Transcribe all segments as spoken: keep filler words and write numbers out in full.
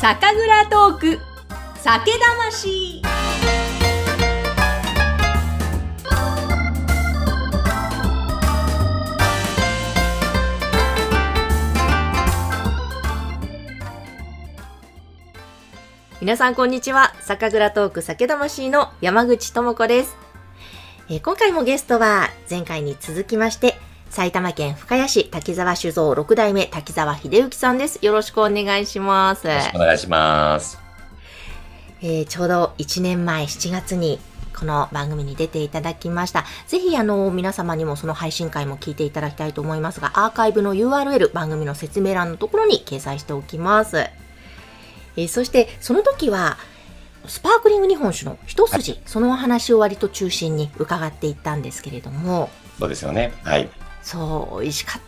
酒蔵トーク酒魂。皆さんこんにちは。酒蔵トーク酒魂の山口智子です。えー、今回もゲストは前回に続きまして埼玉県深谷市滝沢酒造ろく代目滝沢秀幸さんです。よろしくお願いします。 よろしくお願いします。 えー、ちょうどいちねんまえしちがつにこの番組に出ていただきました。ぜひあの皆様にもその配信会も聞いていただきたいと思いますが、アーカイブの ユーアールエル 番組の説明欄のところに掲載しておきます。えー、そしてその時はスパークリング日本酒の一筋、はい、そのお話を割と中心に伺っていったんですけれども。 そうですよね。はい。 そう、美味しかった。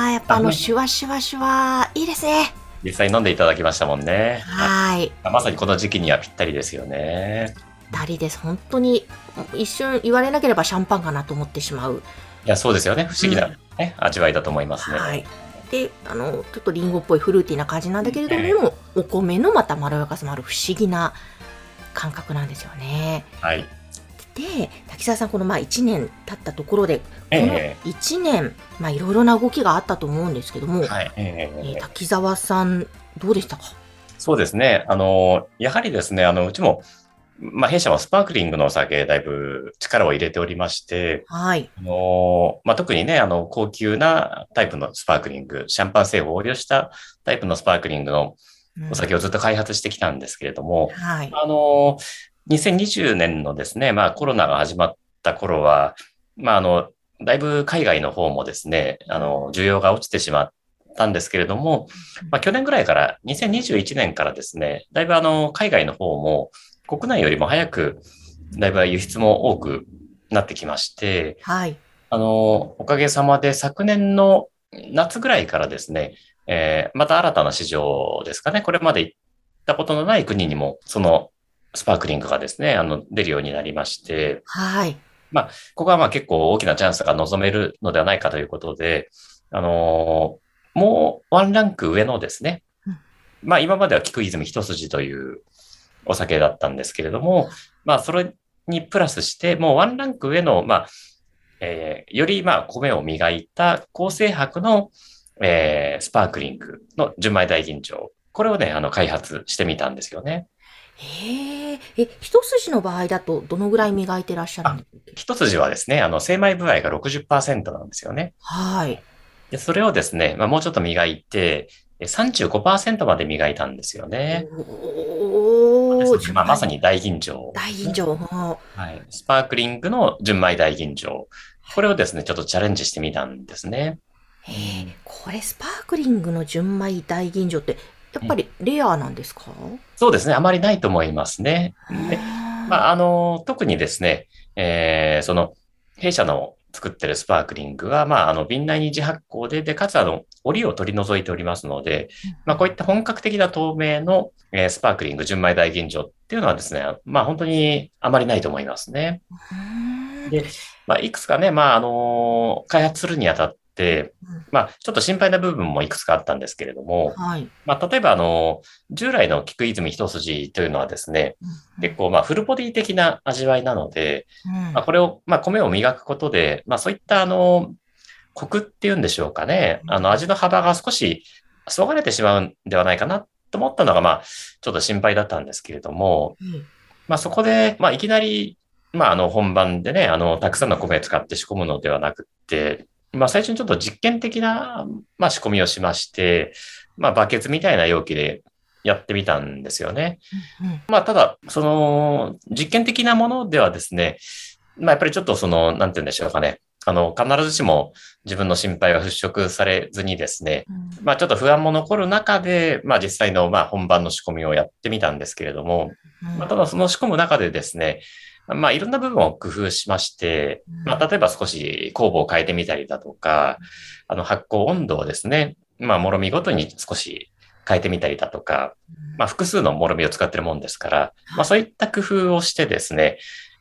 やっぱあのシュワシュワシュワいいですね。 実際飲んでいただきましたもんね。 はい。 まさにこの時期にはぴったりですよね。 ぴったりです。本当に一瞬言われなければシャンパンかなと思ってしまう。 いや、そうですよね。不思議な、ね、うん、味わいだと思いますね。 はい。で、あのちょっとリンゴっぽいフルーティーな感じなんだけれども、えー、お米のまたまろやかさもある不思議な感覚なんですよね。 はい。 で、滝沢さん、このまあいちねん経ったところで、このいちねん、えー、まあいろいろな動きがあったと思うんですけども、 はい、えーえー、滝沢さんどうでしたか？ そうですね。あのやはりですね、あのうちもまあ、弊社はスパークリングのお酒だいぶ力を入れておりまして、 はい。 あのまあ、特にね、あの高級なタイプのスパークリング、シャンパン製法を応用したタイプのスパークリングのお酒をずっと開発してきたんですけれども、 うん、はい。 あのにせんにじゅうねんのですね、まあ、コロナが始まった頃は、まあ、あのだいぶ海外の方もですね、あの需要が落ちてしまったんですけれども、まあ、去年ぐらいからにせんにじゅういちねんからですね、だいぶあの海外の方も国内よりも早く、だいぶ輸出も多くなってきまして、 はい。 あの、おかげさまで昨年の夏ぐらいからですね、えー、また新たな市場ですかね、これまで行ったことのない国にも、そのスパークリングがですね、あの、出るようになりまして、 はい。 まあ、ここはまあ結構大きなチャンスが望めるのではないかということで、あのー、もうワンランク上のですね、うん、まあ今までは菊泉一筋というお酒だったんですけれども、まあ、それにプラスして、もうワンランク上の、まあ、えー、より、まあ、米を磨いた高精白の、えー、スパークリングの純米大吟醸。これをね、あの、開発してみたんですよね。 へえ、え、一筋の場合だと、どのぐらい磨いてらっしゃるんですか？ 一筋はですね、あの、精米部合が ろくじゅっパーセント なんですよね。 はい。 で、それをですね、まあ、もうちょっと磨いて、さんじゅうごパーセント まで磨いたんですよね。 おー、 まあ、まさに大吟醸。 大吟醸。 はい。スパークリングの純米大吟醸。これをですね、ちょっとチャレンジしてみたんですね。 へえ、これスパークリングの純米大吟醸って、やっぱりレアなんですか？ そうですね。あまりないと思いますね。で、まあ、あの、特にですね、えー、その、弊社の作ってるスパークリングは、まあ、あの、瓶内に自発酵で、で、かつ、あの、檻を取り除いておりますので、まあ、こういった本格的な透明の、えー、スパークリング純米大吟醸っていうのはですね、まあ、本当にあまりないと思いますね。で、まあ、いくつかね、まあ、あの、開発するにあたって、まあ、ちょっと心配な部分もいくつかあったんですけれども、 はい、 まあ、例えば、あの、従来の菊泉一筋というのはですね、結構、まあ、フルボディ的な味わいなので、うん、まあ、これを、まあ、米を磨くことで、まあ、そういった、あの、コクっていうんでしょうかね、あの、味の幅が少しそがれてしまうんではないかなと思ったのが、まあ、ちょっと心配だったんですけれども、うん、まあ、そこで、まあ、いきなり、まあ、あの、本番でね、あの、たくさんの米を使って仕込むのではなくて、まあ、最初にちょっと実験的な、まあ、仕込みをしまして、まあ、バケツみたいな容器でやってみたんですよね。うんうん、まあ、ただ、その、実験的なものではですね、まあ、やっぱりちょっとその、なんて言うんでしょうかね。あの、必ずしも自分の心配は払拭されずにですね、うん、まあ、ちょっと不安も残る中で、まあ、実際の、まあ、本番の仕込みをやってみたんですけれども、うん、まあ、ただその仕込む中でですね、まあ、いろんな部分を工夫しまして、まあ、例えば少し酵母を変えてみたりだとか、あの、発酵温度をですね、まあ、もろみごとに少し変えてみたりだとか、まあ、複数のもろみを使っているもんですから、まあ、そういった工夫をしてですね、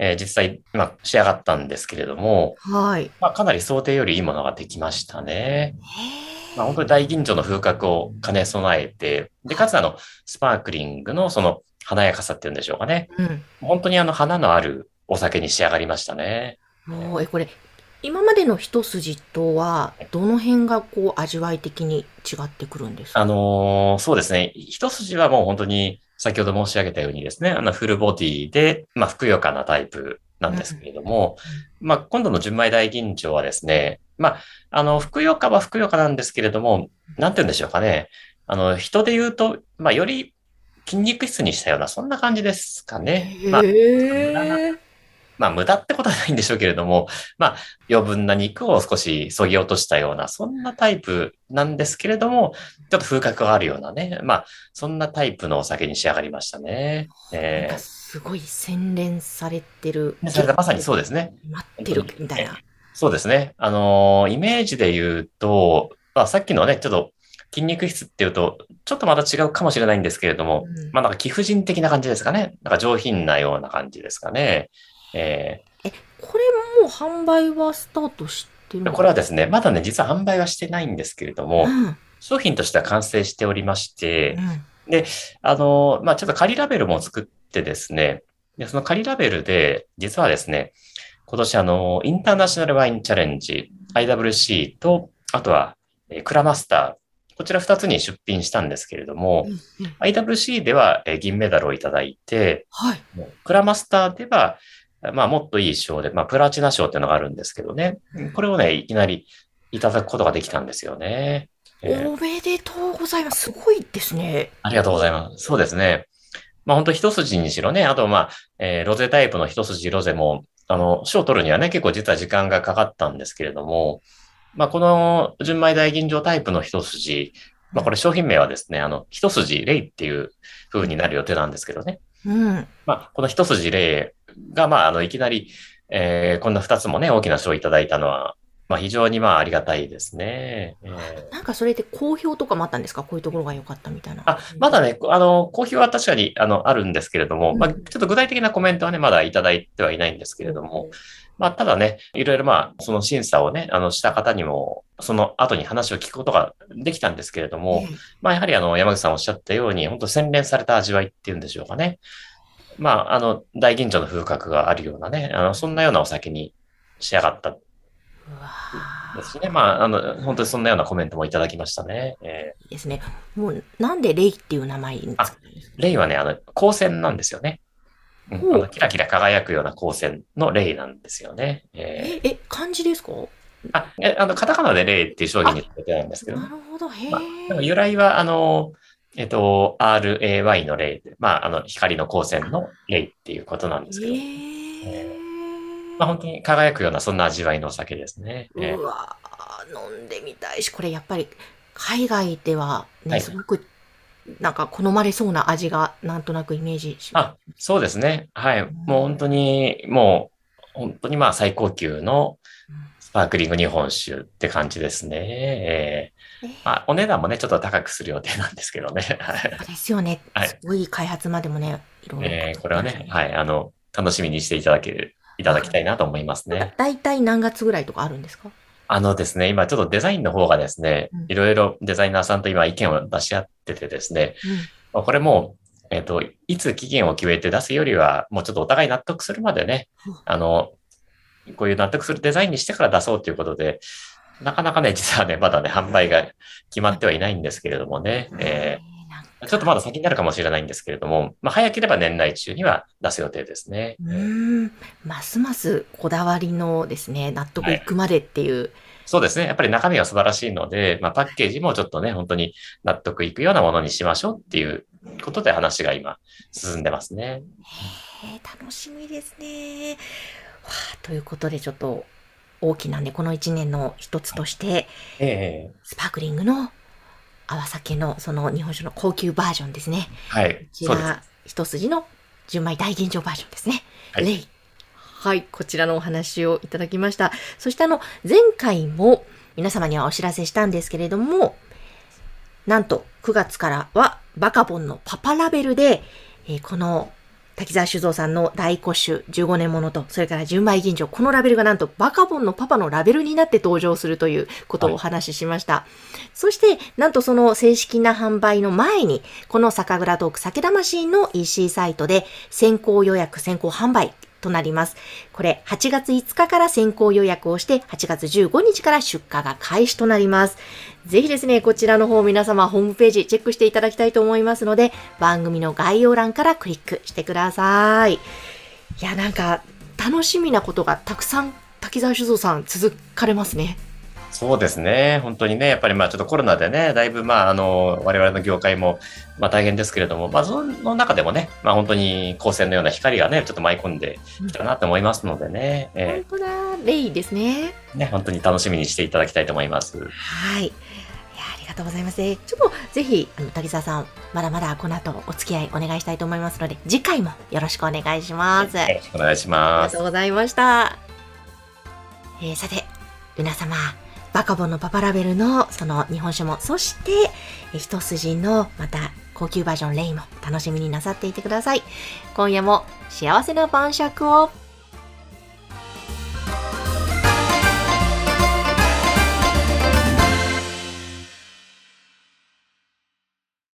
えー実際、まあ、仕上がったんですけれども、 はい。 まあ、かなり想定よりいいものができましたね。まあ、本当にへえ。 大吟醸の風格を兼ね備えて、で、かつあの、スパークリングのその華やかさっていうんでしょうかね。 うん。 本当にあの、花のあるお酒に仕上がりましたね。 もう、え、これ、今までの一筋とは、どの辺がこう、味わい的に違ってくるんですあか？ のーそうですね。一筋はもう本当に、先ほど申し上げたようにですね、あの、フルボディで、まあ、ふくよかなタイプなうん。 んですけれども、まあ、今度の純米大吟醸はですね、まあ、あの、ふくよかはふくよかなんですけれども、なんて言うんでしょうかね。あの、人で言うと、まあ、より筋肉質にしたような、そんな感じですかね。まあ、ちょっと無駄な、 へえ。 まあ、無駄ってことはないんでしょうけれども、まあ、余分な肉を少し削ぎ落としたような、そんなタイプなんですけれども、ちょっと風格があるようなね、まあ、そんなタイプのお酒に仕上がりましたね。 なんかえすごい洗練されてる、 ー、でそれギュッがまさにとそうですね。 待ってる本当に。えみたいな。 そうですね。あのーイメージで言うと、まあ、さっきのね、ちょっと筋肉質っていうと、ちょっとまた違うかもしれないんですけれども、 うん。 まあ、なんか貴婦人的な感じですかね。なんか上品なような感じですかね。えーえ、これもう販売はスタートしてるんですか？ これはですね、まだね、実は販売はしてないんですけれども、 うん。 商品としては完成しておりまして、 うん。 で、あの、まあ、ちょっと仮ラベルも作ってですね、で、その仮ラベルで、実はですね、今年あの、インターナショナルワインチャレンジ、アイダブリューシー と、あとは、えークラマスター、こちらふたつに出品したんですけれども、 うん。うん。 アイダブリューシー ではえー銀メダルをいただいて、 はい。 クラマスターでは、まあ、もっといい賞で、まあ、プラチナ賞っていうのがあるんですけどね。これをね、いきなりいただくことができたんですよね。えーおめでとうございます。すごいですね。 ありがとうございます。そうですね。まあ、本当一筋にしろね。あと、まあ、えーロゼタイプの一筋ロゼも、あの、賞を取るにはね、結構実は時間がかかったんですけれども、まあ、この純米大吟醸タイプの一筋、まあ、これ商品名はですね、あの、一筋レイっていう風になる予定なんですけどね。 うん。 まあ、この一筋例が、まあ、あの、いきなり、えーこんな二つもね、大きな賞をいただいたのは、まあ、非常にまあ、ありがたいですね。えーなんかそれで好評とかもあったんですか？こういうところが良かったみたいな。 あ、まだね、あの、好評は確かに、あの、あるんですけれども、まあ、ちょうん。 っと具体的なコメントはね、まだいただいてはいないんですけれども、まあ、ただね、いろいろまあ、その審査をね、あの、した方にも、その後に話を聞くことができたんですけれども、 ええ。 まあ、やはりあの、山口さんおっしゃったように、本当洗練された味わいっていうんでしょうかね。まあ、あの、大吟醸の風格があるようなね、あの、そんなようなお酒に仕上がったうわですね。まあ、あの、本当にそんなようなコメントもいただきましたね。えーーいいですね。もう、なんでレイっていう名前につあ、 けたんですか？ レイはね、あの、光線なんですよね。うん、あほう。 の、キラキラ輝くような光線のレイなんですよね。ええ、え、漢字ですか？ ーあ、えあの、カタカナでレイっていう商品にあ、 つけてなんですけどね。 なるほど。へまあ、でもえ。 由来は、あの、えっと、アールエーワイ のレイで、まあ、あの、光の光線のレイっていうことなんですけど、 ええーまあ、本当え。 に輝くような、そんな味わいのお酒ですね。えーうわー、飲んでみたいし、これやっぱり海外ではね、すはい。 ごくなんか好まれそうな味がなんとなくイメージします。 あ、そうですね。はい。 うん。 もう本当に、もう、本当にまあ最高級のうん。 スパークリング日本酒って感じですね。えーえーまあ、お値段もね、ちょっと高くする予定なんですけどね。はい。 そうですよね。 はい。 すごい開発までもね、いろいろかえーかってらっしゃる。 これはね、はい。あの、楽しみにしていただける、いただきたいなと思いますなんかね。 大体何月ぐらいとかあるんですか？ あのですね、今ちょっとデザインの方がですね、 うん。 いろいろデザイナーさんと今意見を出し合っててですね、 うん。 まあこれもう、えっと、いつ期限を決めて出すよりは、もうちょっとお互い納得するまでね、あの、こういう納得するデザインにしてから出そうということで、なかなかね、実はね、まだね、販売が決まってはいないんですけれどもね、 ええー、なんーちょっとまか、 だ先になるかもしれないんですけれども、まあ、早ければ年内中には出す予定ですね。 うえーん、ますますこだわりのですね、納ーはい。 得いくまでっていう。 そうですね。やっぱり中身は素晴らしいので、まあ、パッケージもちょっとね、本当に納得いくようなものにしましょうっていうことで話が今進んでますね。 へえ、楽しみですね。わあ、ということでちょっと大きなね、この一年の一つとして、 ええ、 スパークリングの泡酒のその日本酒の高級バージョンですね。こはい。そうです。 ちら、一筋の純米大吟醸バージョンですね。 はい。 レイ。はい、こちらのお話をいただきました。そしてあの、前回も皆様にはお知らせしたんですけれども、なんとくがつからはバカボンのパパラベルで、えーこの滝沢酒造さんの大古酒じゅうごねんものと、それから純米吟醸、このラベルがなんとバカボンのパパのラベルになって登場するということをお話ししました。はい、そして、なんとその正式な販売の前に、この酒蔵トーク酒魂の イーシー サイトで先行予約、先行販売となります。これはちがついつかから先行予約をして、はちがつじゅうごにちから出荷が開始となります。ぜひですね、こちらの方皆様ホームページチェックしていただきたいと思いますので、番組の概要欄からクリックしてください。いや、なんか楽しみなことがたくさん滝沢酒造さん続かれますね。 そうですね。本当にね、やっぱりまあちょっとコロナでね、だいぶまああの、我々の業界もまあ大変ですけれども、まあその中でもね、まあ本当に光線のような光がね、ちょっと舞い込んできたなと思いますのでね。 うん、えー、本当だ、レイですね。 ね、本当に楽しみにしていただきたいと思います。 はい。いや、ありがとうございます。ちょっとぜひ、あの、滝沢さん、まだまだこの後お付き合いお願いしたいと思いますので、次回もよろしくお願いします。 よろしくお願いします。 ありがとうございました。えー、さて、皆様、バカボンのパパラベルのその日本酒も、そして一筋のまた高級バージョンレイも楽しみになさっていてください。今夜も幸せな晩酌を。